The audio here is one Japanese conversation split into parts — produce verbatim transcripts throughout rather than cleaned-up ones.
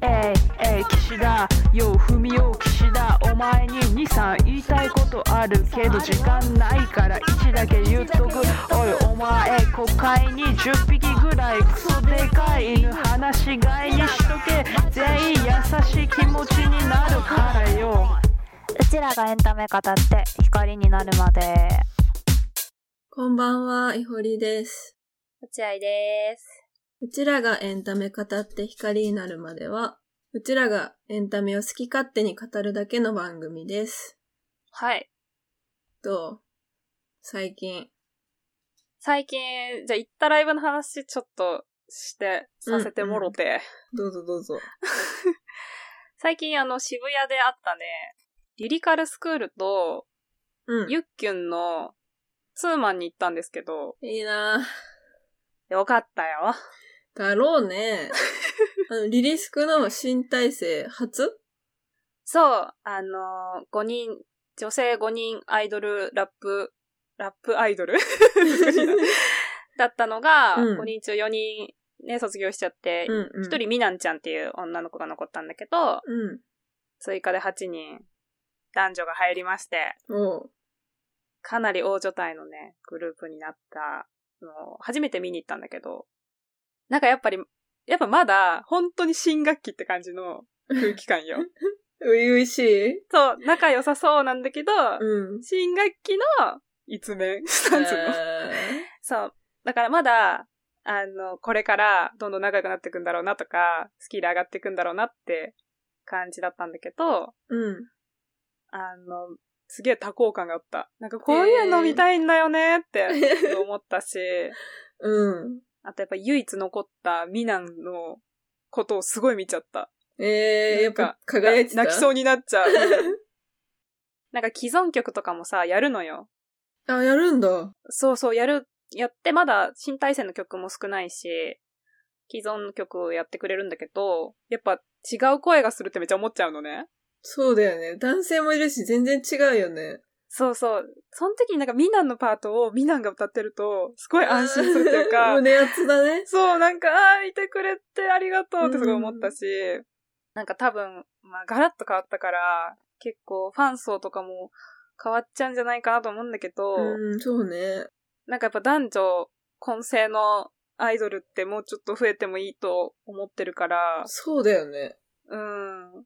えいえい岸田よう踏みよう岸田お前ににさん言いたいことあるけど時間ないからいちだけ言っとく。おいお前国会にじゅっぴきぐらいクソでかい犬放し飼いにしとけ。全員優しい気持ちになるからよ。 うちらがエンタメ語って光になるまで。 こんばんは、いほりです。 落合です。 うちらがエンタメ語って光になるまでは、うちらがエンタメを好き勝手に語るだけの番組です。 はい。 どう？最近。 最近、じゃあ行ったライブの話ちょっとしてさせてもろて。 うんうん、どうぞどうぞ。 最近あの渋谷であったね、リリカルスクールと、 うん、 ゆっきゅんのツーマンに行ったんですけど。 いいなぁ。 よかったよ。 だろうね。あの、リリスクの新体制初？ そう、あのー、ごにん、女性ごにんアイドルラップ、ラップアイドルだったのが、うん、ごにん中よにんね、卒業しちゃって、うんうん、ひとりみなんちゃんっていう女の子が残ったんだけど、 うん、 追加ではちにん男女が入りまして、 おかなり大所帯のね、グループになったのを初めて見に行ったんだけど、なんかやっぱり、やっぱまだ本当に新学期って感じの空気感よ。 ういういしい？ そう、仲良さそうなんだけど、 うん、 新学期の一面、なんつうの。そう。だからまだ、あの、これからどんどん仲良くなっていくんだろうなとか、スキル上がっていくんだろうなって感じだったんだけど、 うん。 あの、すげえ多幸感があった。なんかこういうの見たいんだよねって思ったし、 うん。 あとやっぱ唯一残ったミナンのことをすごい見ちゃった。 えー、やっぱ輝いてた？ 泣きそうになっちゃう。なんか既存曲とかもさ、やるのよ。 あ、やるんだ。 そうそう、やる、やってまだ新体制の曲も少ないし、既存の曲をやってくれるんだけど、やっぱ違う声がするってめっちゃ思っちゃうのね。 そうだよね。男性もいるし全然違うよね。 そうそう。その時になんかミナンのパートをミナンが歌ってると、すごい安心するというか。 胸熱だね。 そう、なんか、ああ、見てくれてありがとうってすごい思ったし、うん、なんか多分、まあガラッと変わったから、結構ファン層とかも変わっちゃうんじゃないかなと思うんだけど、 うん、そうね。 なんかやっぱ男女混成のアイドルってもうちょっと増えてもいいと思ってるから。 そうだよね。 うん。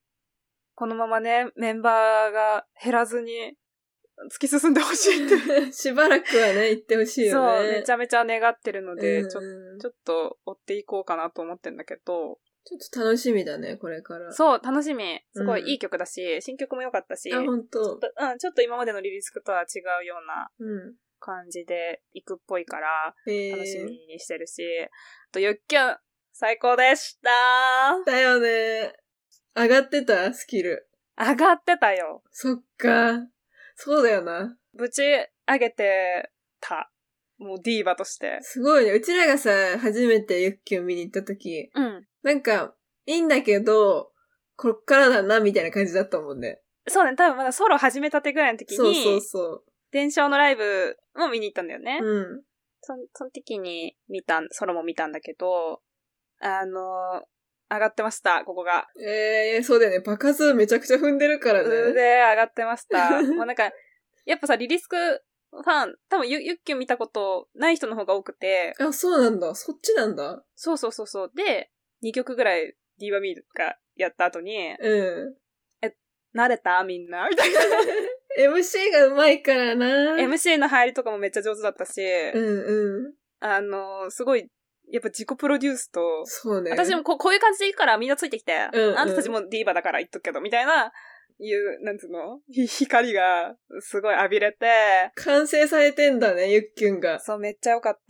このままね、メンバーが減らずに突き進んでほしいって。 しばらくはね、行ってほしいよね。 そう、めちゃめちゃ願ってるので、 うん、 ちょ、ちょっと追っていこうかなと思ってんだけど。 ちょっと楽しみだね、これから。 そう、楽しみ。すごいいい曲だし、うん、新曲も良かったし。 あ、ほんと。 ちょっと、うん、ちょっと今までのリリースとは違うような感じで行くっぽいから、楽しみにしてるし。あと、ゆっきゅん、最高でしただよね。上がってた？スキル。 上がってたよ。 そっか。そうだよな。 ぶち上げてた。もうディーバとして。 すごいね。うちらがさ、初めてゆっきゅん見に行った時、 うん。 なんか、いいんだけど、こっからだな、みたいな感じだったもんね。 そうね。多分まだソロ始めたてぐらいの時に、 そうそうそう。 電車のライブも見に行ったんだよね。 うん。 そ、その時に見た、ソロも見たんだけど、あの、上がってました、ここが。 ええー、そうだよね。場数めちゃくちゃ踏んでるからね。 で、上がってました。もうなんか、やっぱさ、リリスクファン、多分ゆ、ゆっきゅん見たことない人の方が多くて。 あ、そうなんだ。そっちなんだ。 そうそうそうそう。で、にきょくぐらいディーバミーがやった後に、 うん。 え、慣れたみんなみたいな。 エムシー が上手いからな。 エムシー の入りとかもめっちゃ上手だったし、 うんうん。 あの、すごい、やっぱ自己プロデュースと、 そうね。 私もこ う, こういう感じでいいからみんなついてきて、 うんうん、 あんたたちもディーバだから言っとくけど、みたいな、いう、なんつうの光がすごい浴びれて。 完成されてんだね、ゆっきゅんが。 そう、めっちゃ良かった。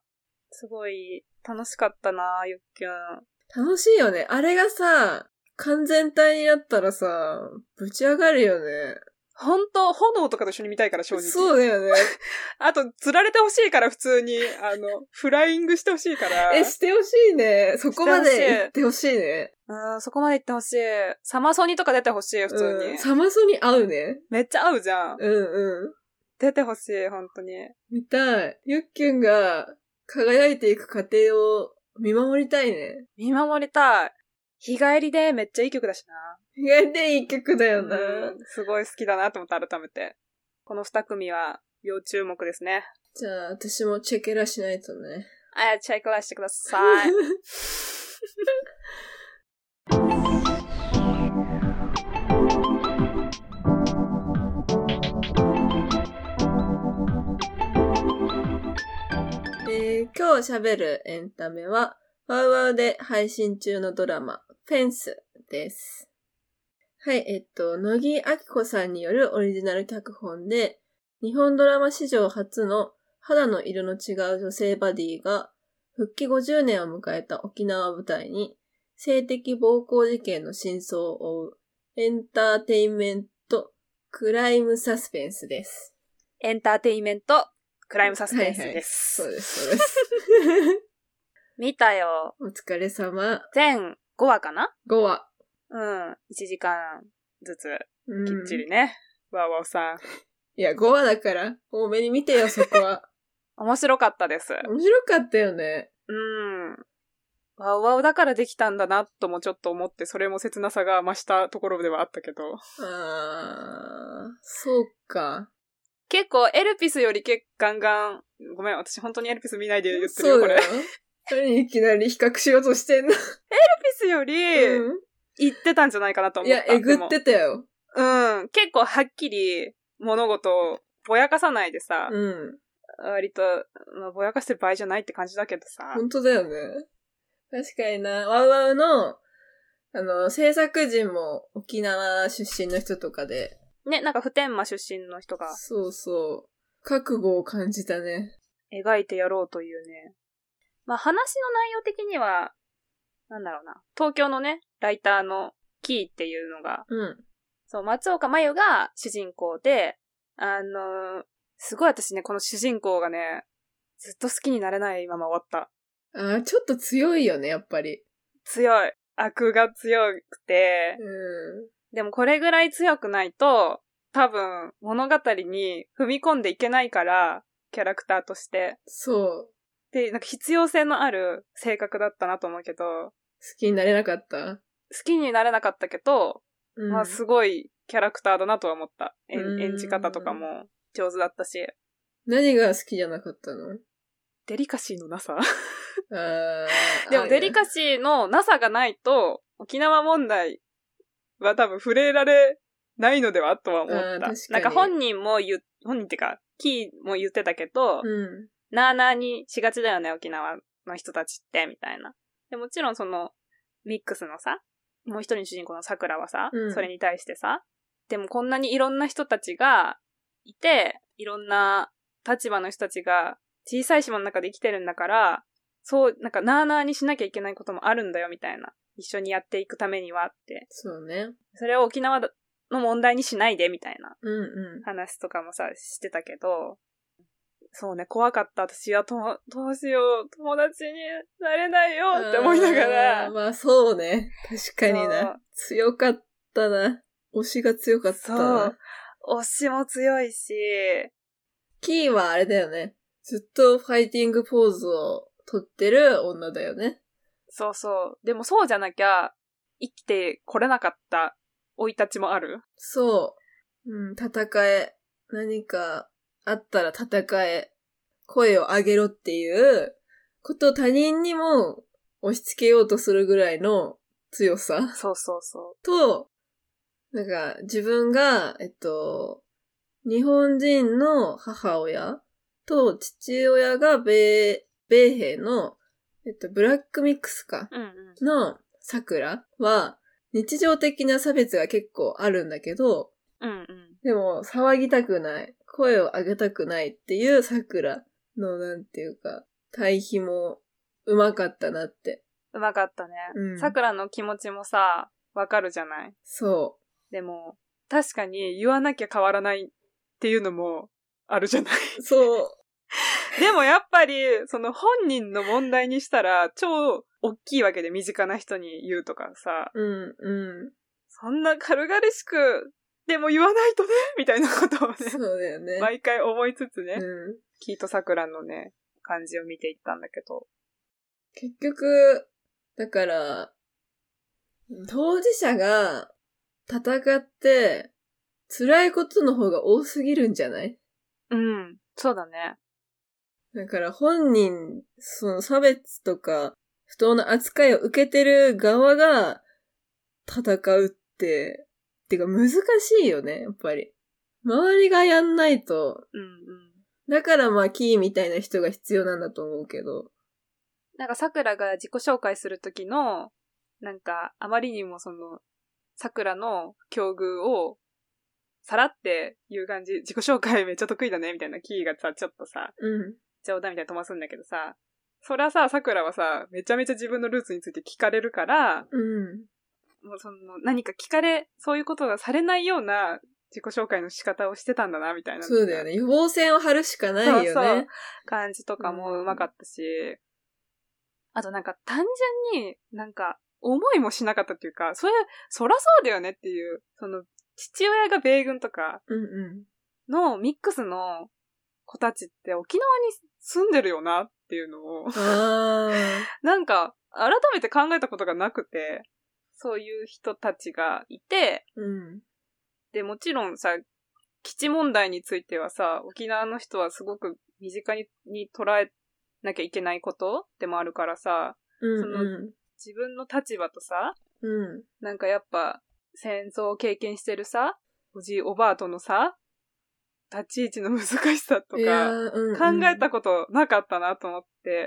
すごい楽しかったな、ゆっきゅん。 楽しいよね。あれがさ、完全体になったらさ、ぶち上がるよね。 ほんと、炎とかと一緒に見たいから、正直。 そうだよね。 あと、釣られてほしいから、普通に、あの、フライングしてほしいから。 え、してほしいね。そこまで行ってほしいね。 うん、そこまで行ってほしい。サマソニとか出てほしい、普通に。 うん、サマソニ合うね。 めっちゃ合うじゃん。 うんうん。 出てほしい、ほんとに。 見たい。ゆっきゅんが輝いていく過程を見守りたいね。 見守りたい。 日帰りでめっちゃいい曲だしな。 日帰りでいい曲だよな、 うん。すごい好きだなと思って改めて。この二組は要注目ですね。 じゃあ、私もチェケラしないとね。 あ、チェックラしてください。 えー、今日喋るエンタメは、ワウワウで配信中のドラマ、フェンスです。はい、えっと、乃木明子さんによるオリジナル脚本で、日本ドラマ史上初の肌の色の違う女性バディが、復帰ごじゅうねんを迎えた沖縄を舞台に、性的暴行事件の真相を追う、エンターテインメント、クライムサスペンスです。 エンターテインメント、クライムサスペンスです。 はいはい、そうです、そうです。 見たよ。 お疲れ様。 全ごわかな ? ご 話。 うん。いちじかんずつ、きっちりね。うん、ワウワウさん。 いや、ごわだから、多めに見てよ、そこは。 面白かったです。 面白かったよね。 うん。ワウワウだからできたんだな、ともちょっと思って、それも切なさが増したところではあったけど。 あー、そうか。 結構、エルピスより結構ガンガン、ごめん、私本当にエルピス見ないで言ってるよ、これ。 何いきなり比較しようとしてんの？エルピスより、言ってたんじゃないかなと思った。 いや、えぐってたよ。 うん。結構はっきり物事をぼやかさないでさ、 うん。 割と、まあ、ぼやかしてる場合じゃないって感じだけどさ。 本当だよね。確かにな。ワウワウの、あの、制作陣も沖縄出身の人とかで。 ね、なんか普天間出身の人が。 そうそう。覚悟を感じたね。 描いてやろうというね。まあ話の内容的には、なんだろうな。東京のね、ライターのキーっていうのが、 うん。そう、 松岡真優が主人公で、あのー、すごい私ね、この主人公がね、ずっと好きになれないまま終わった。 ああ、ちょっと強いよね、やっぱり。 強い。悪が強くて、 うん。 でもこれぐらい強くないと、多分物語に踏み込んでいけないから、キャラクターとして。 そう。 で、なんか必要性のある性格だったなと思うけど。好きになれなかった？ 好きになれなかったけど、うん、まあすごいキャラクターだなとは思った。演, 演じ方とかも上手だったし。 何が好きじゃなかったの？ デリカシーのなさ。 あでもデリカシーのなさがないと、沖縄問題は多分触れられないのではとは思った。なんか本人も言う、本人ってか、キーも言ってたけど、 うん、 なーなーにしがちだよね、沖縄の人たちって、みたいな。でもちろんその、ミックスのさ、もう一人の主人公の桜はさ、うん、それに対してさ、でもこんなにいろんな人たちがいて、いろんな立場の人たちが小さい島の中で生きてるんだから、そう、なんかなーなーにしなきゃいけないこともあるんだよ、みたいな。一緒にやっていくためにはって。 そうね。 それを沖縄の問題にしないで、みたいな話とかもさ、してたけど、そうね、怖かった。私はとも、どうしよう、友達になれないよって思いながら。 まあそうね。確かにな。強かったな。推しが強かったな。 そう。推しも強いし。 キーはあれだよね。ずっとファイティングポーズを取ってる女だよね。 そうそう。でもそうじゃなきゃ、生きてこれなかった生い立ちもある。 そう。うん、戦え。何かあったら戦え。声を上げろっていうことを他人にも押し付けようとするぐらいの強さ。 そうそうそう。 と、なんか自分が、えっと、日本人の母親と父親が米、米兵の、えっと、ブラックミックスか。 うんうん、 の桜は日常的な差別が結構あるんだけど、 うんうん、 でも騒ぎたくない、声を上げたくないっていう桜のなんていうか、対比もうまかったなって。 うまかったね。 うん、 桜の気持ちもさ、わかるじゃない？ そう。 でも、確かに言わなきゃ変わらないっていうのもあるじゃない？ そう。 でもやっぱり、その本人の問題にしたら、超大きいわけで身近な人に言うとかさ。 うんうん。 そんな軽々しく、でも言わないとね、みたいなことをね。 そうだよね。 毎回思いつつね。 うん。 キーと桜のね、感じを見ていったんだけど。 結局、だから、 当事者が戦って辛いことの方が多すぎるんじゃない？ うん、そうだね。 だから本人、その差別とか不当な扱いを受けてる側が戦うって、てか難しいよね、やっぱり。周りがやんないと。 うんうん。 だからまあキーみたいな人が必要なんだと思うけど。 なんか桜が自己紹介するときの、なんかあまりにもその、桜の境遇をさらって言う感じ、自己紹介めっちゃ得意だねみたいなキーがさ、ちょっとさ、 うん。 冗談みたいに飛ばすんだけどさ、そりゃさ、桜はさ、めちゃめちゃ自分のルーツについて聞かれるから、 うん。 もうその、何か聞かれ、そういうことがされないような自己紹介の仕方をしてたんだな、みたいな。 そうだよね。予防線を張るしかないよね。 そうそう。感じとかもうまかったし、うん、あとなんか単純になんか思いもしなかったっていうか、それ、そらそうだよねっていう、その、父親が米軍とかのミックスの子たちって沖縄に住んでるよなっていうのをあなんか改めて考えたことがなくて、そういう人たちがいて、 うん、 でもちろんさ、基地問題についてはさ、沖縄の人はすごく身近に、に捉えなきゃいけないことでもあるからさ、 うんうん、 その自分の立場とさ、 うん、 なんかやっぱ戦争を経験してるさ、おじいおばあとのさ、立ち位置の難しさとか、うんうん、考えたことなかったなと思って。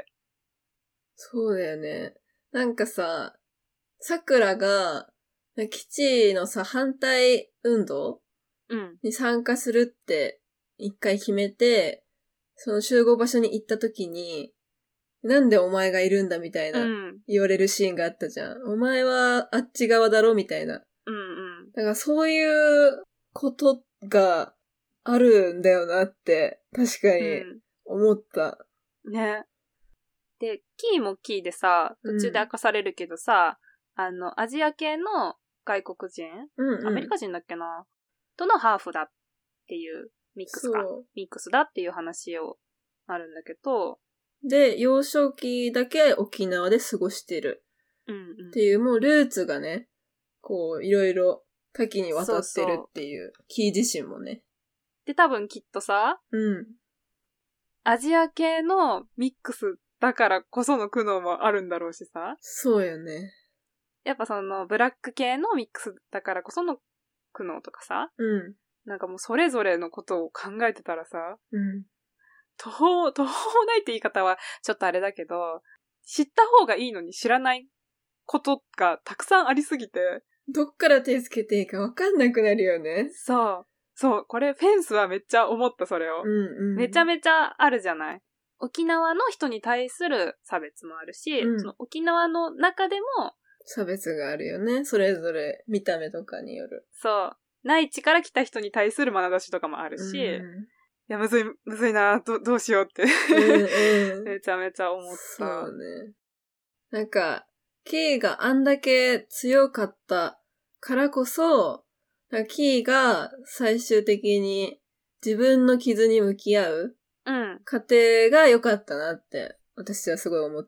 そうだよね。なんかさ、桜が基地のさ、反対運動に参加するって一回決めて、その集合場所に行った時に、なんでお前がいるんだみたいな言われるシーンがあったじゃん。うん、お前はあっち側だろみたいな。 うんうん。 だからそういうことがあるんだよなって確かに思った。 うん、ね。で、キーもキーでさ、途中で明かされるけどさ、うん、あの、アジア系の外国人、 うんうん、 アメリカ人だっけなとのハーフだっていうミックスか。ミックスだっていう話をあるんだけど。 で、幼少期だけ沖縄で過ごしてる。 うんうん、 っていう、もうルーツがね、こう、いろいろ多岐にわたってるっていう、そうそうキー自身もね。 で、多分きっとさ、 うん。 アジア系のミックスだからこその苦悩もあるんだろうしさ。 そうよね。 やっぱその、ブラック系のミックスだからこその苦悩とかさ。 うん。 なんかもうそれぞれのことを考えてたらさ。 うん。 途方、途方ないって言い方はちょっとあれだけど、知った方がいいのに知らないことがたくさんありすぎて。 どっから手つけていいかわかんなくなるよね。 そう。そう。これフェンスはめっちゃ思ったそれを。 うんうん。 めちゃめちゃあるじゃない。沖縄の人に対する差別もあるし、うん、その沖縄の中でも差別があるよね。それぞれ見た目とかによる。 そう。内地から来た人に対する眼差しとかもあるし、うん、いや、むずい、むずいなど、どうしようってうん、うん。めちゃめちゃ思った。 そうね。なんか、キーがあんだけ強かったからこそ、キーが最終的に自分の傷に向き合う過程が良かったなって私はすごい思って。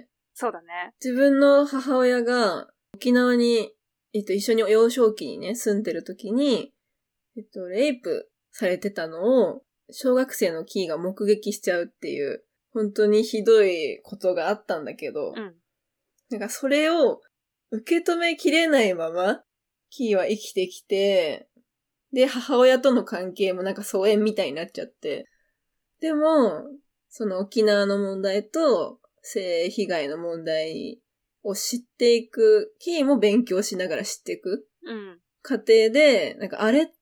そうだね。 自分の母親が沖縄に、えっと、一緒に幼少期にね、住んでる時に、えっと、レイプされてたのを小学生のキーが目撃しちゃうっていう、本当にひどいことがあったんだけど、 うん、 なんかそれを受け止めきれないまま、キーは生きてきて、で、母親との関係もなんか疎遠みたいになっちゃって、でも、その沖縄の問題と性被害の問題を知っていく、キーも勉強しながら知っていく過程で、なんかあれって、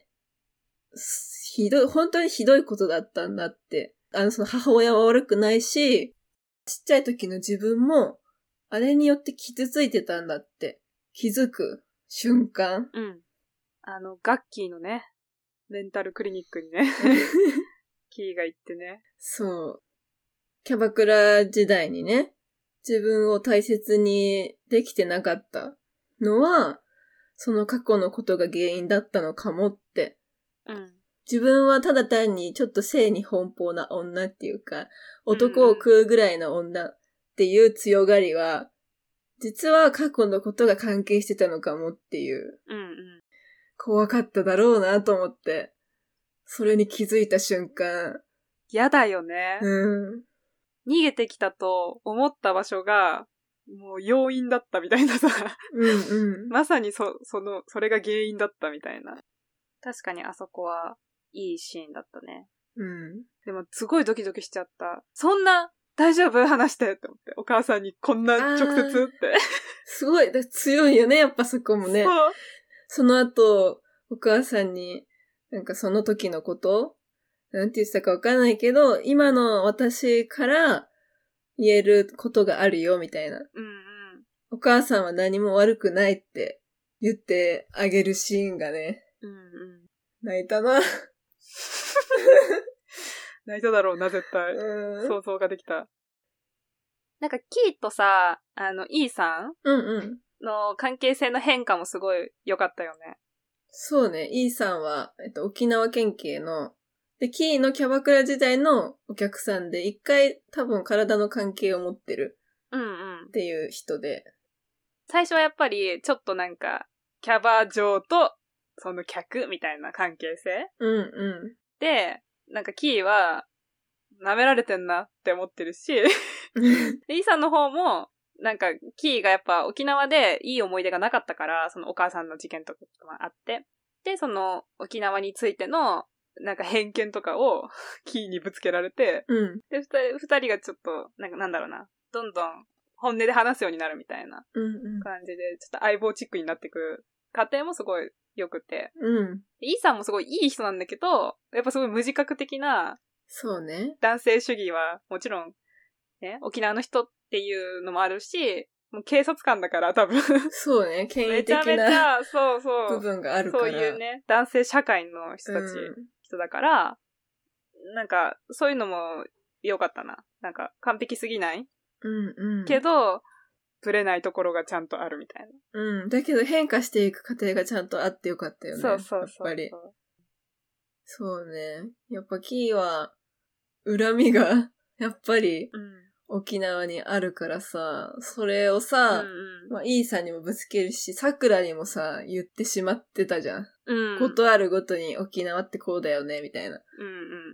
ひどい、本当にひどいことだったんだって。あの、その母親は悪くないし、ちっちゃい時の自分も、あれによって傷ついてたんだって気づく瞬間。 うん。あの、ガッキーのね、メンタルクリニックにね、キーが行ってね。 そう。キャバクラ時代にね、自分を大切にできてなかったのは、その過去のことが原因だったのかもって。 うん。 自分はただ単にちょっと性に奔放な女っていうか、男を食うぐらいの女っていう強がりは、 実は過去のことが関係してたのかもっていう。 うんうん。 怖かっただろうなと思って。それに気づいた瞬間。 やだよね。 うん。 逃げてきたと思った場所が、もう要因だったみたいなさ。 うんうん。 まさにそ、その、それが原因だったみたいな。確かにあそこはいいシーンだったね。 うん。 でもすごいドキドキしちゃった。そんな、大丈夫話してって思って。お母さんにこんな直接って。 すごい、強いよね、やっぱそこもね。 そう。 その後、お母さんに、なんかその時のことなんて言ってたかわかんないけど、今の私から言えることがあるよ、みたいな。 うんうん。 お母さんは何も悪くないって言ってあげるシーンがね。 うんうん。 泣いたな。 泣いただろうな、絶対。 うん。 想像ができた。なんか、キーとさ、あの、イーさんうんうん。 の関係性の変化もすごい良かったよね。 そうね。イーさんは、えっと、沖縄県警の、で、キーのキャバクラ時代のお客さんで、一回多分体の関係を持ってる。 うんうん。 っていう人で。 最初はやっぱり、ちょっとなんか、キャバ嬢と、その客みたいな関係性うんうん。 で、なんかキーは、舐められてんなって思ってるし、イーさんの方も、なんか、キーがやっぱ沖縄でいい思い出がなかったから、そのお母さんの事件とかもあって。で、その沖縄についての、なんか偏見とかをキーにぶつけられて、 うん、 で、二人、二人がちょっと、なんかなんだろうな、どんどん本音で話すようになるみたいな感じで、ちょっと相棒チックになってくる過程もすごい良くて。 うん。 イーさんもすごいいい人なんだけど、やっぱすごい無自覚的な、 そうね。 男性主義はもちろん、ね、沖縄の人っていうのもあるし、もう警察官だから多分。 そうね、権威的な。 めちゃめちゃ、そうそう。 部分があるから。 そういうね、男性社会の人たち、うん、人だから、なんか、そういうのも良かったな。なんか、完璧すぎない、 うんうん、 けど、ぶれないところがちゃんとあるみたいな。 うん。だけど変化していく過程がちゃんとあってよかったよね。 そうそうそうそう。 やっぱり。そうね。やっぱキーは、恨みが、やっぱり、沖縄にあるからさ、それをさ、うんうん、まあ、イーさんにもぶつけるし、桜にもさ、言ってしまってたじゃん。うん、ことあるごとに沖縄ってこうだよね、みたいな。 うんうん、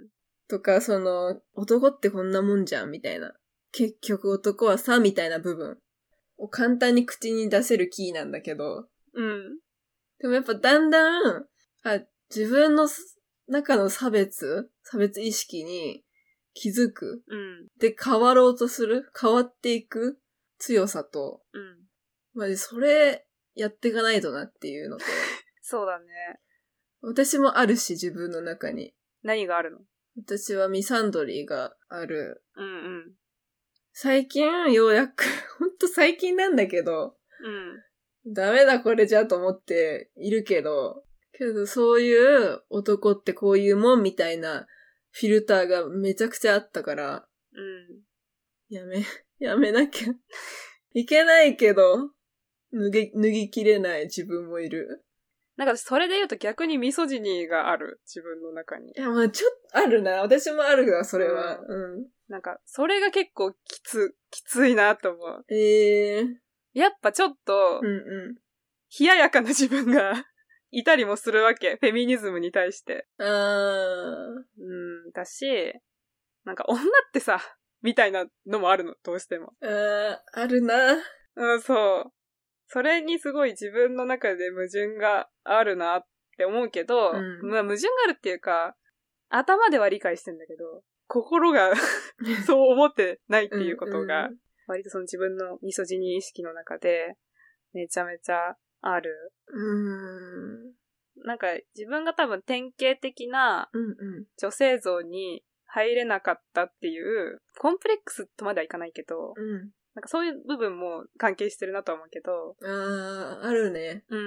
とか、その、男ってこんなもんじゃん、みたいな。結局男はさ、みたいな部分を簡単に口に出せるキーなんだけど。 うん。 でもやっぱだんだん、あ、自分の中の差別差別意識に気づく。 うん。 で、変わろうとする変わっていく強さと。 うん。 まじ、それ、やっていかないとなっていうのと。 そうだね。 私もあるし、自分の中に。 何があるの？ 私はミサンドリーがある。 うんうん。 最近、ようやく、ほんと最近なんだけど。 うん。 ダメだこれじゃと思っているけど。けど、そういう男ってこういうもんみたいなフィルターがめちゃくちゃあったから。 うん。 やめ、やめなきゃ。いけないけど、脱ぎ、脱ぎきれない自分もいる。 なんかそれで言うと逆にミソジニーがある。自分の中に。 いや、まあちょっとあるな。私もあるな、それは。うん。 うん、なんか、それが結構きつ、きついなと思う。 ええー。 やっぱちょっと、 うんうん。 冷ややかな自分がいたりもするわけ。フェミニズムに対して。 あー。 うん、だし、なんか女ってさ、みたいなのもあるの、どうしても。 あー、あるな。 うん、そう。それにすごい自分の中で矛盾があるなって思うけど、うん、まあ矛盾があるっていうか、頭では理解してんだけど、心がそう思ってないっていうことが、割とその自分のミソジニー意識の中で、めちゃめちゃある。 うーん。 なんか自分が多分典型的な女性像に入れなかったっていう、コンプレックスとまではいかないけど、 うん、 なんかそういう部分も関係してるなと思うけど。 あー、あるね。 うんうん。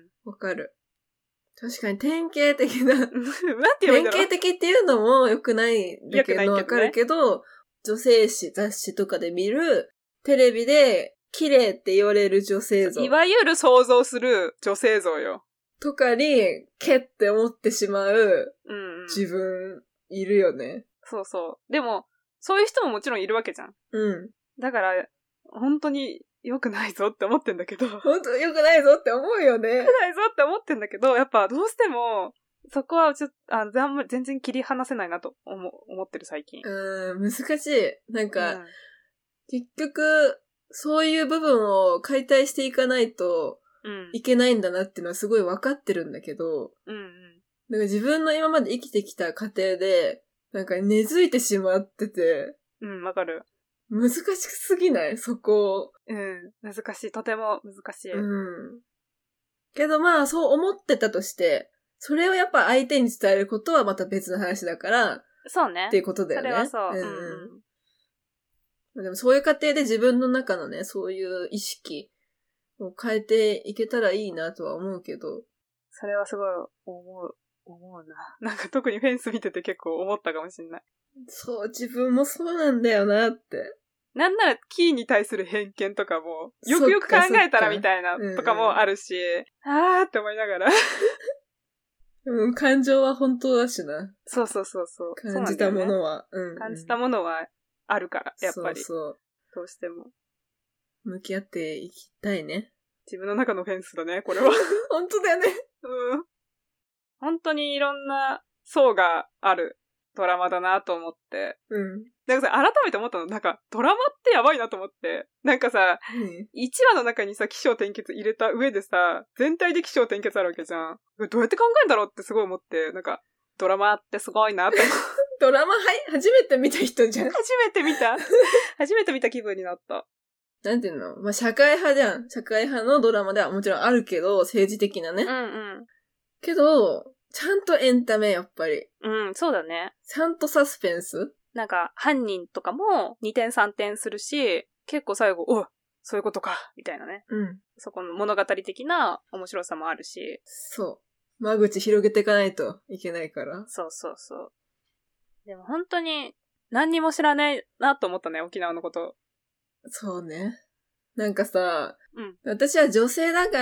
わかる。確かに典型的な。なんて言うんだろう。 典型的っていうのも良くないんだけどわかるけど、女性誌、雑誌とかで見る、テレビで綺麗って言われる女性像。 いわゆる想像する女性像よ。 とかに、けって思ってしまう、 うんうん、 自分、いるよね。 そうそう。でも、そういう人ももちろんいるわけじゃん。 うん。 だから、本当に良くないぞって思ってんだけど。 ほんと良くないぞって思うよね。 良くないぞって思ってんだけど、やっぱどうしても、そこはちょっと、あ全然切り離せないなと思思ってる最近。 うーん、難しい。なんか、 うん、 結局、そういう部分を解体していかないといけないんだなっていうのはすごい分かってるんだけど、 うんうん、 なんか自分の今まで生きてきた過程で、なんか根付いてしまってて、 うん、わかる。 難しすぎないそこ。 うん、難しい。とても難しい。 うん。けどまあ、そう思ってたとして、それをやっぱ相手に伝えることはまた別の話だから、 そうね。 っていうことだよね。 それはそう。 うん、 うんうん。でもそういう過程で自分の中のね、そういう意識を変えていけたらいいなとは思うけど。 それはすごい思う、思うな。なんか特にフェンス見てて結構思ったかもしれない。 そう、自分もそうなんだよなって。 なんならキーに対する偏見とかも、よくよく考えたらみたいなとかもあるし、うんうん、あーって思いながら。 うん、感情は本当だしな。 そうそうそうそう。 感じたものは。う、ね、うん、うん。 感じたものはあるから、やっぱり。 そうそう。 どうしても。 向き合っていきたいね。 自分の中のフェンスだね、これは。 本当だよね。 うん。本当にいろんな層があるドラマだなと思って。 うん。 なんかさ、改めて思ったの、なんか、ドラマってやばいなと思って。なんかさ、うん、いちわの中にさ、起承転結入れた上でさ、全体で起承転結あるわけじゃん。どうやって考えんだろうってすごい思って、なんか、ドラマってすごいなって。 ドラマはい、初めて見た人じゃん。 初めて見た。初めて見た気分になった。 なんていうの、まあ、社会派じゃん。社会派のドラマではもちろんあるけど、政治的なね。 うんうん。 けど、ちゃんとエンタメ、やっぱり。 うん、そうだね。 ちゃんとサスペンス？ なんか、犯人とかもにてんさんてんするし、結構最後、おそういうことか、みたいなね。 うん。 そこの物語的な面白さもあるし。 そう。間口広げていかないといけないから。 そうそうそう。でも本当に何にも知らないなと思ったね、沖縄のこと。 そうね。なんかさ、 うん、 私は女性だから、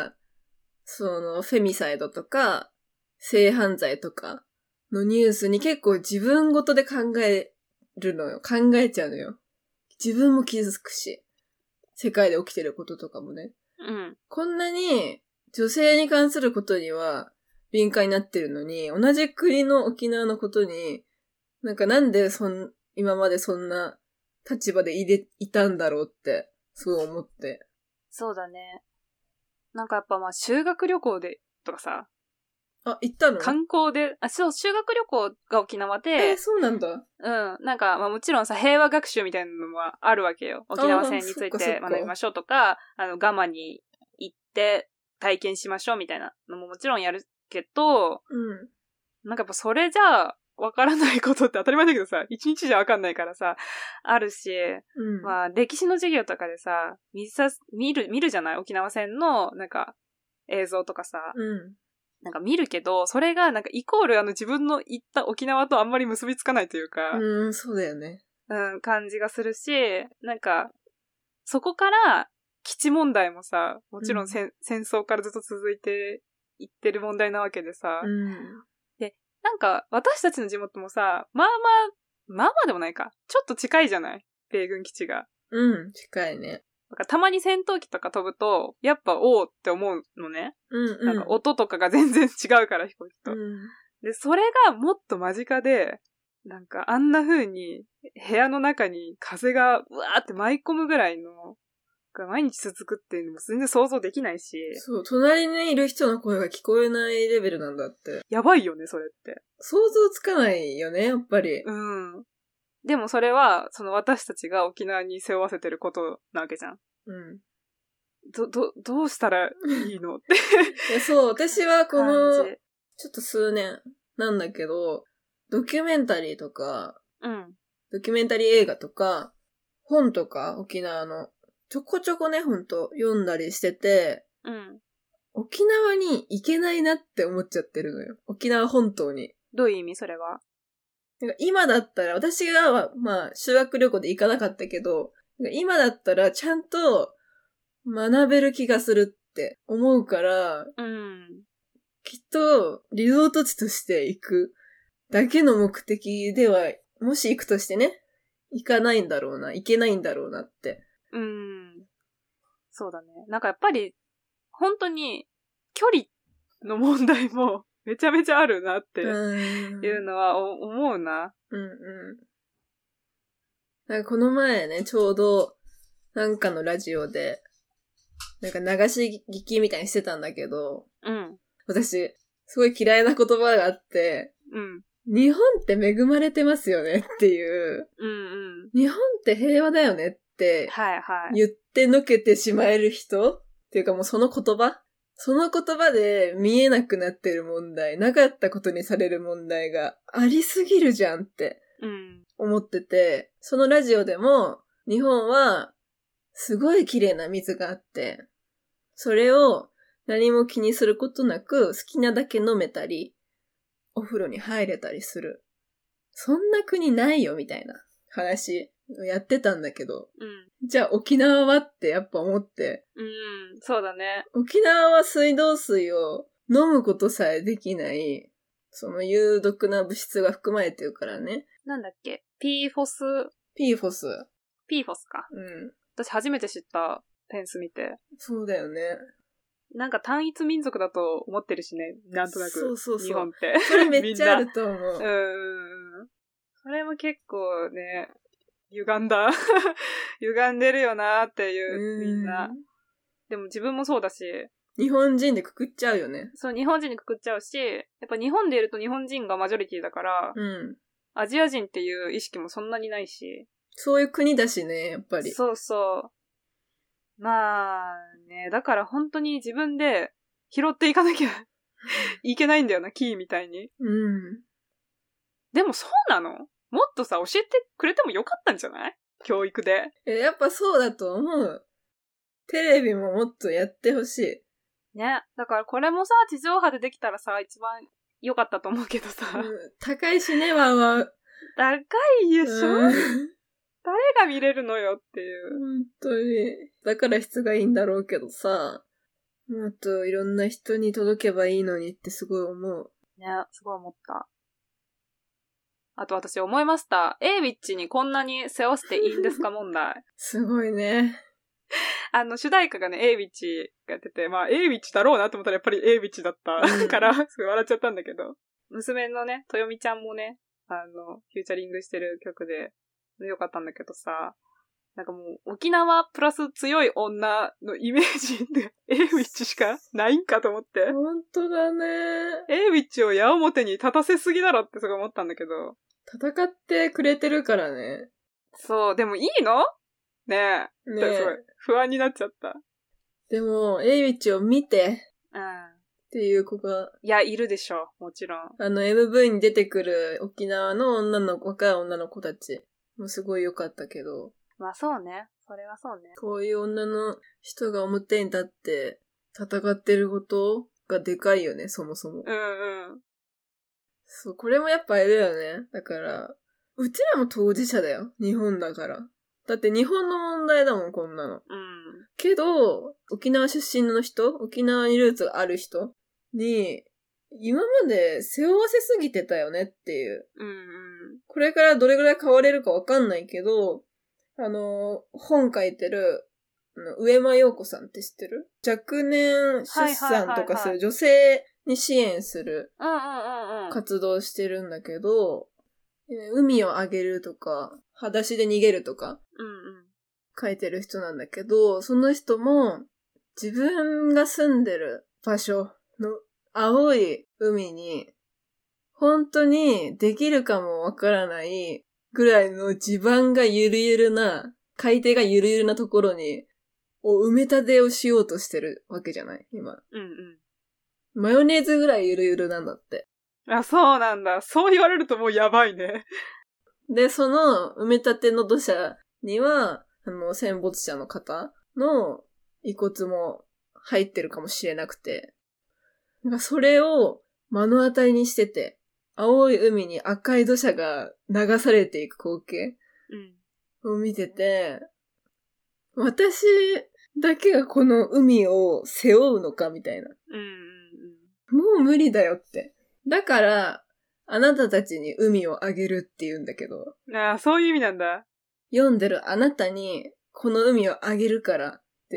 その、フェミサイドとか、性犯罪とかのニュースに結構自分ごとで考えるのよ。考えちゃうのよ。自分も傷つくし、世界で起きてることとかもね。 うん。 こんなに女性に関することには敏感になってるのに、同じ国の沖縄のことに、なんかなんでそん、今までそんな立場でいれ、いたんだろうって、すごい思って。 そうだね。なんかやっぱまあ修学旅行でとかさ。 あ、行ったの？ 観光で、あ、そう、修学旅行が沖縄で。 えー、そうなんだ。 うん。なんか、まあもちろんさ、平和学習みたいなのもあるわけよ。沖縄戦について学びましょうとか、あの、ガマに行って体験しましょうみたいなのももちろんやるけど、 うん。 なんかやっぱそれじゃあ、わからないことって当たり前だけどさ、一日じゃわかんないからさ、あるし、 うん、 まあ歴史の授業とかでさ、見さ、見る、見るじゃない沖縄戦の、なんか、映像とかさ、 うん。 なんか見るけど、それがなんかイコールあの自分の行った沖縄とあんまり結びつかないというか、 うん、そうだよね。 うん、感じがするし、なんか、そこから基地問題もさ、もちろん、せんうん、戦争からずっと続いていってる問題なわけでさ、 うん、 で、なんか私たちの地元もさ、まあまあ、まあまあでもないか、ちょっと近いじゃない？米軍基地が。 うん、近いね。 なんかたまに戦闘機とか飛ぶと、やっぱおーって思うのね。 うんうん。 なんか音とかが全然違うから飛行機と。 うん、 で、それがもっと間近で、なんかあんな風に部屋の中に風がうわーって舞い込むぐらいの、が毎日続くっていうのも全然想像できないし。 そう、隣にいる人の声が聞こえないレベルなんだって。 やばいよね、それって。 想像つかないよね、やっぱり。 うん。でもそれは、その私たちが沖縄に背負わせてることなわけじゃん。 うん。 ど、ど、どうしたらいいのって。 いや、そう、私はこの、ちょっと数年なんだけど、ドキュメンタリーとか、 うん。 ドキュメンタリー映画とか、本とか、沖縄の、ちょこちょこね、ほんと、読んだりしてて、 うん。 沖縄に行けないなって思っちゃってるのよ。沖縄本島に。 どういう意味それは？ なんか今だったら、私が、まあ、修学旅行で行かなかったけど、今だったらちゃんと学べる気がするって思うから、 うん、 きっとリゾート地として行くだけの目的では、もし行くとしてね、行かないんだろうな、行けないんだろうなって。 うん。 そうだね。なんかやっぱり、本当に、距離の問題もめちゃめちゃあるなっていうのは思うな。 うんうん。なんかこの前ね、ちょうど、なんかのラジオで、なんか流し聞きみたいにしてたんだけど、 うん。 私、すごい嫌いな言葉があって、 うん。 日本って恵まれてますよねっていう、 うんうん。 日本って平和だよねってはいはい。 言ってのけてしまえる人っていうかもうその言葉その言葉で見えなくなってる問題、なかったことにされる問題がありすぎるじゃんって思ってて、そのラジオでも日本はすごい綺麗な水があって、それを何も気にすることなく好きなだけ飲めたり、お風呂に入れたりする。そんな国ないよみたいな話をやってたんだけど、 うん、 じゃあ沖縄はってやっぱ思って、 うん、そうだね。 沖縄は水道水を飲むことさえできない、その有毒な物質が含まれてるからね。 なんだっけ ?ピーフォス。 ピーフォス。 ピーフォスか。 うん。 私初めて知ったペンス見て。 そうだよね。 なんか単一民族だと思ってるしね、なんとなく。 そうそうそう。 日本って。 それめっちゃあると思う。 うん。それも結構ね、歪んだ。歪んでるよなーっていう、みんな。でも自分もそうだし。 日本人でくくっちゃうよね。 そう、日本人でくくっちゃうし、やっぱ日本でいると日本人がマジョリティだから、 うん。 アジア人っていう意識もそんなにないし。 そういう国だしね、やっぱり。 そうそう。まあね、だから本当に自分で拾っていかなきゃいけないんだよな、キーみたいに。 うん。 でもそうなの？もっとさ、教えてくれてもよかったんじゃない？教育で。 え、やっぱそうだと思う。テレビももっとやってほしい。 ね。だからこれもさ、地上波でできたらさ、一番良かったと思うけどさ。 うん、高いしね、ワンワン。 高いでしょ、うん、誰が見れるのよっていう。 本当に。だから質がいいんだろうけどさ。もっといろんな人に届けばいいのにってすごい思う。 ね、すごい思った。あと私思いました。エイウィッチにこんなに背負わせていいんですか問題。 すごいね。 あの、主題歌がね、エイウィッチがやってて、まあ、エイウィッチだろうなと思ったらやっぱりエイウィッチだった、うん、から、すごい笑っちゃったんだけど。娘のね、とよみちゃんもね、あの、フューチャリングしてる曲で、よかったんだけどさ、なんかもう、沖縄プラス強い女のイメージで、エイウィッチしかないんかと思って。 本当だね。 エイウィッチを矢面に立たせすぎだろってすごい思ったんだけど。 戦ってくれてるからね。 そう、でもいいの？ねえ。ねえ。すごい不安になっちゃった。 でも、エイウィッチを見て、 うん。 っていう子が。 いや、いるでしょ、もちろん。 あの、エムブイ に出てくる沖縄の女の子、若い女の子たちもすごい良かったけど。 まあそうね。それはそうね。 こういう女の人が表に立って戦ってることがでかいよね、そもそも。 うんうん。 そう、これもやっぱあれだよね。だから、うちらも当事者だよ。日本だから。だって日本の問題だもん、こんなの。 うん。 けど、沖縄出身の人、沖縄にルーツがある人に、今まで背負わせすぎてたよねっていう。 うんうん。 これからどれぐらい変われるかわかんないけど、あの、本書いてる、上間陽子さんって知ってる？若年出産とかする女性に支援する活動してるんだけど、海をあげるとか、裸足で逃げるとか、 うんうん、 書いてる人なんだけど、その人も自分が住んでる場所の青い海に、本当にできるかもわからないぐらいの地盤がゆるゆるな、海底がゆるゆるなところに、を埋め立てをしようとしてるわけじゃない今。 うんうん。 マヨネーズぐらいゆるゆるなんだって。 あ、そうなんだ。そう言われるともうやばいね。 で、その埋め立ての土砂には、あの、戦没者の方の遺骨も入ってるかもしれなくて、なんかそれを目の当たりにしてて、青い海に赤い土砂が流されていく光景を見てて、うん、私だけがこの海を背負うのかみたいな。 うんうんうん、 もう無理だよって。だから、あなたたちに海をあげるって言うんだけど。 ああ、そういう意味なんだ。 読んでるあなたに、この海をあげるからって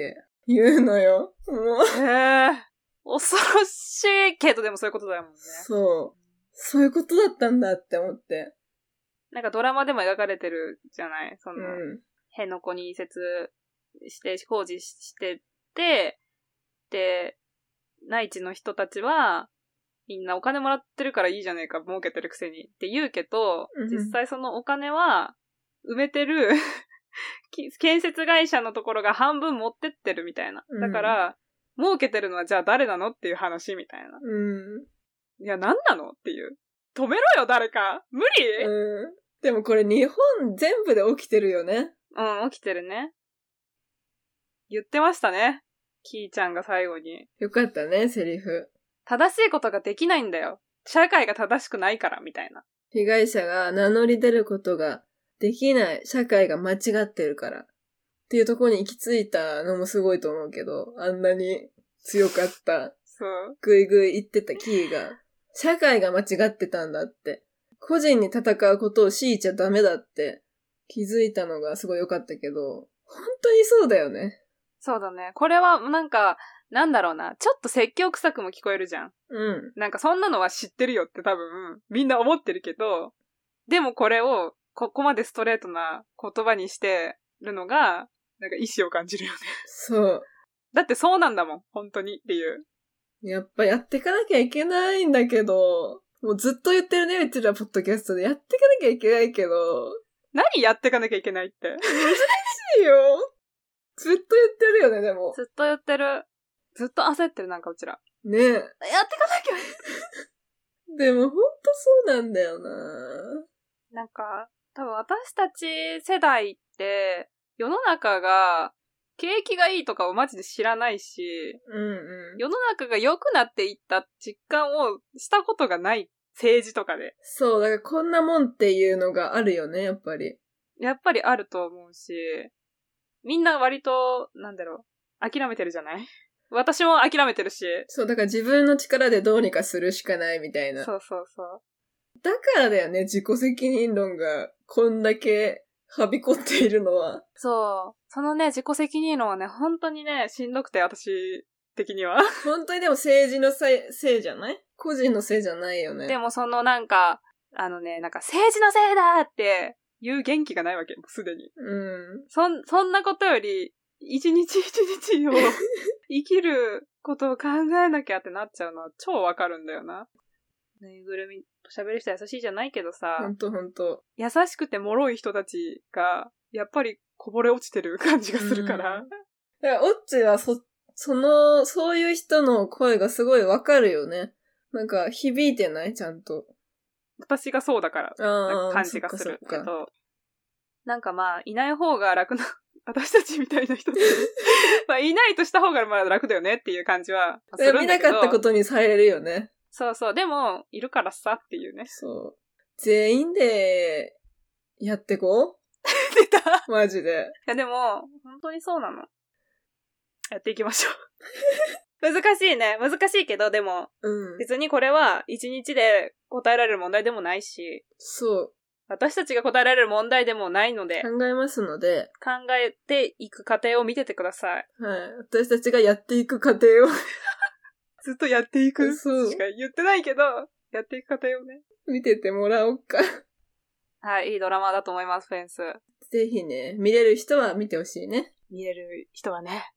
言うのよ。もう。 えー、恐ろしいけどでもそういうことだよもんね。 そう。そういうことだったんだって思って。 なんかドラマでも描かれてるじゃないその、 うん、 辺野古に移設して工事してて、で、内地の人たちは、みんなお金もらってるからいいじゃねえか、儲けてるくせにって言うけど、 うん、 実際そのお金は、埋めてる建設会社のところが半分持ってってるみたいな。だから、うん、儲けてるのはじゃあ誰なのっていう話みたいな。 うん。 いや、何なのっていう。止めろよ、誰か無理うん。でもこれ日本全部で起きてるよね。 うん、起きてるね。言ってましたね。キーちゃんが最後に。 よかったね、セリフ。 正しいことができないんだよ。社会が正しくないから、みたいな。 被害者が名乗り出ることができない。社会が間違ってるから。っていうところに行き着いたのもすごいと思うけど、あんなに強かった。 そう。 ぐいぐい言ってたキーが、社会が間違ってたんだって。個人に戦うことを強いちゃダメだって気づいたのがすごい良かったけど、本当にそうだよね。 そうだね。これはなんか、なんだろうな。ちょっと説教臭くも聞こえるじゃん。 うん。 なんかそんなのは知ってるよって多分、みんな思ってるけど、でもこれを、ここまでストレートな言葉にしてるのが、なんか意志を感じるよね。 そう。 だってそうなんだもん。本当にっていう。 やっぱやっていかなきゃいけないんだけど、もうずっと言ってるね、うちらポッドキャストで。やっていかなきゃいけないけど。 何やっていかなきゃいけないって。 難しいよ。ずっと言ってるよね、でも。 ずっと言ってる。ずっと焦ってる、なんかうちら。 ねえ。やっていかなきゃ。でもほんとそうなんだよな。 なんか、多分私たち世代って、世の中が、景気がいいとかをマジで知らないし、 うんうん、 世の中が良くなっていった実感をしたことがない政治とかで。 そう、だからこんなもんっていうのがあるよね、やっぱり。 やっぱりあると思うし、みんな割と、なんだろう、諦めてるじゃない？私も諦めてるし。 そう、だから自分の力でどうにかするしかないみたいな。 そうそうそう。 だからだよね、自己責任論がこんだけはびこっているのは。 そう。そのね、自己責任論はね、本当にね、しんどくて、私的には。 本当にでも政治のせい、せいじゃない？個人のせいじゃないよね。 でもそのなんか、あのね、なんか政治のせいだって言う元気がないわけ、すでに。 うん。 そん、そんなことより、一日一日を生きることを考えなきゃってなっちゃうのは超わかるんだよな。ぬいぐるみと喋る人は優しいじゃないけどさ。 ほんとほんと。 優しくて脆い人たちが、やっぱりこぼれ落ちてる感じがするから。 うん、だからオッチはそ、その、そういう人の声がすごいわかるよね。なんか響いてない？ちゃんと。 私がそうだから、感じがするけど。なんかまあ、いない方が楽な、私たちみたいな人ってまあ、いないとした方がまあ楽だよねっていう感じはするんだけど。 見なかったことにされるよね。 そうそう。でも、いるからさっていうね。 そう。全員で、やってこう出たマジで。 いやでも、本当にそうなの。やっていきましょう。難しいね。難しいけど、でも、 うん、 別にこれは一日で答えられる問題でもないし、 そう。 私たちが答えられる問題でもないので、 考えますので、 考えていく過程を見ててください。 はい。私たちがやっていく過程を。 ずっとやっていくそうしか言ってないけど、やっていく過程をね。 見ててもらおうか。 はい、いいドラマだと思います、フェンス。 ぜひね、見れる人は見てほしいね。 見れる人はね。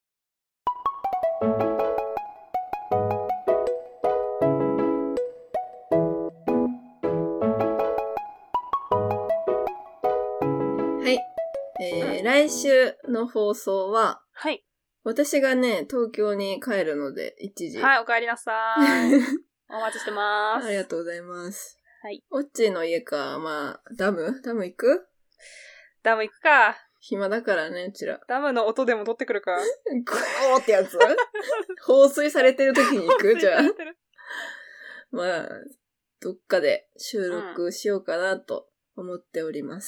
はい。えー、来週の放送は、 はい。 私がね、東京に帰るので、一時。 はい、お帰りなさい。お待ちしてます。 ありがとうございます。 はい。 オッチーの家か、まあ、ダムダム行く？ ダム行くか。 暇だからね、うちら。 ダムの音でも撮ってくるか。 ゴーってやつ放水されてる時に行く？じゃあ。まあ、どっかで収録しようかなと思っております。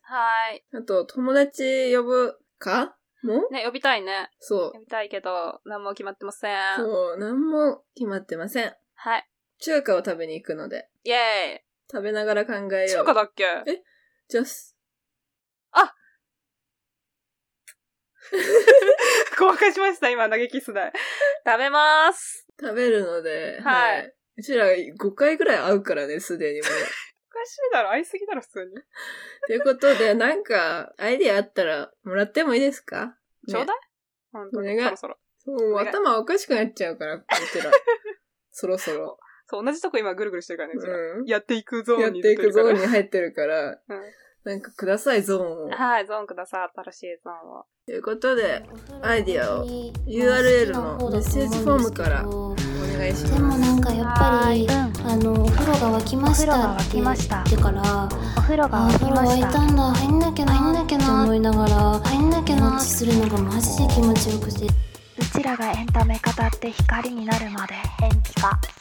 うん、はーい。 あと、友達呼ぶかもね、呼びたいね。 そう。 呼びたいけど、何も決まってません。 そう、何も決まってません。 はい。 中華を食べに行くので。 イェーイ。 食べながら考えよう。 中華だっけ？ えじゃあ、 あごまかしました、今、投げキス代。食べまーす。 食べるので、 はい。 うちらごかいぐらい会うからね、すでにもう。 おかしいだろ、会いすぎだろ、普通に。 ということで、なんか、アイディアあったら、もらってもいいですか？ ちょうだい？本当に、そろそろ。 そう、もう頭おかしくなっちゃうから、こちら。そろそろ。 そう、同じとこ今ぐるぐるしてるからね、 うん。 やっていくゾーンに。 やっていくゾーンに入ってるから、 うん。 なんかください、ゾーンを。 はい、ゾーンください、新しいゾーンを。 ということで、アイディアを ユーアールエル のメッセージフォームからお願いします。 でもなんかやっぱり、あの、お風呂が沸きましたって言ってから、 お風呂が沸きました。 お風呂沸いたんだ、入んなきゃな、入んなきゃなって思いながら、入んなきゃなってするのがマジで気持ちよくて。 うちらがエンタメ語って光になるまで、延期か。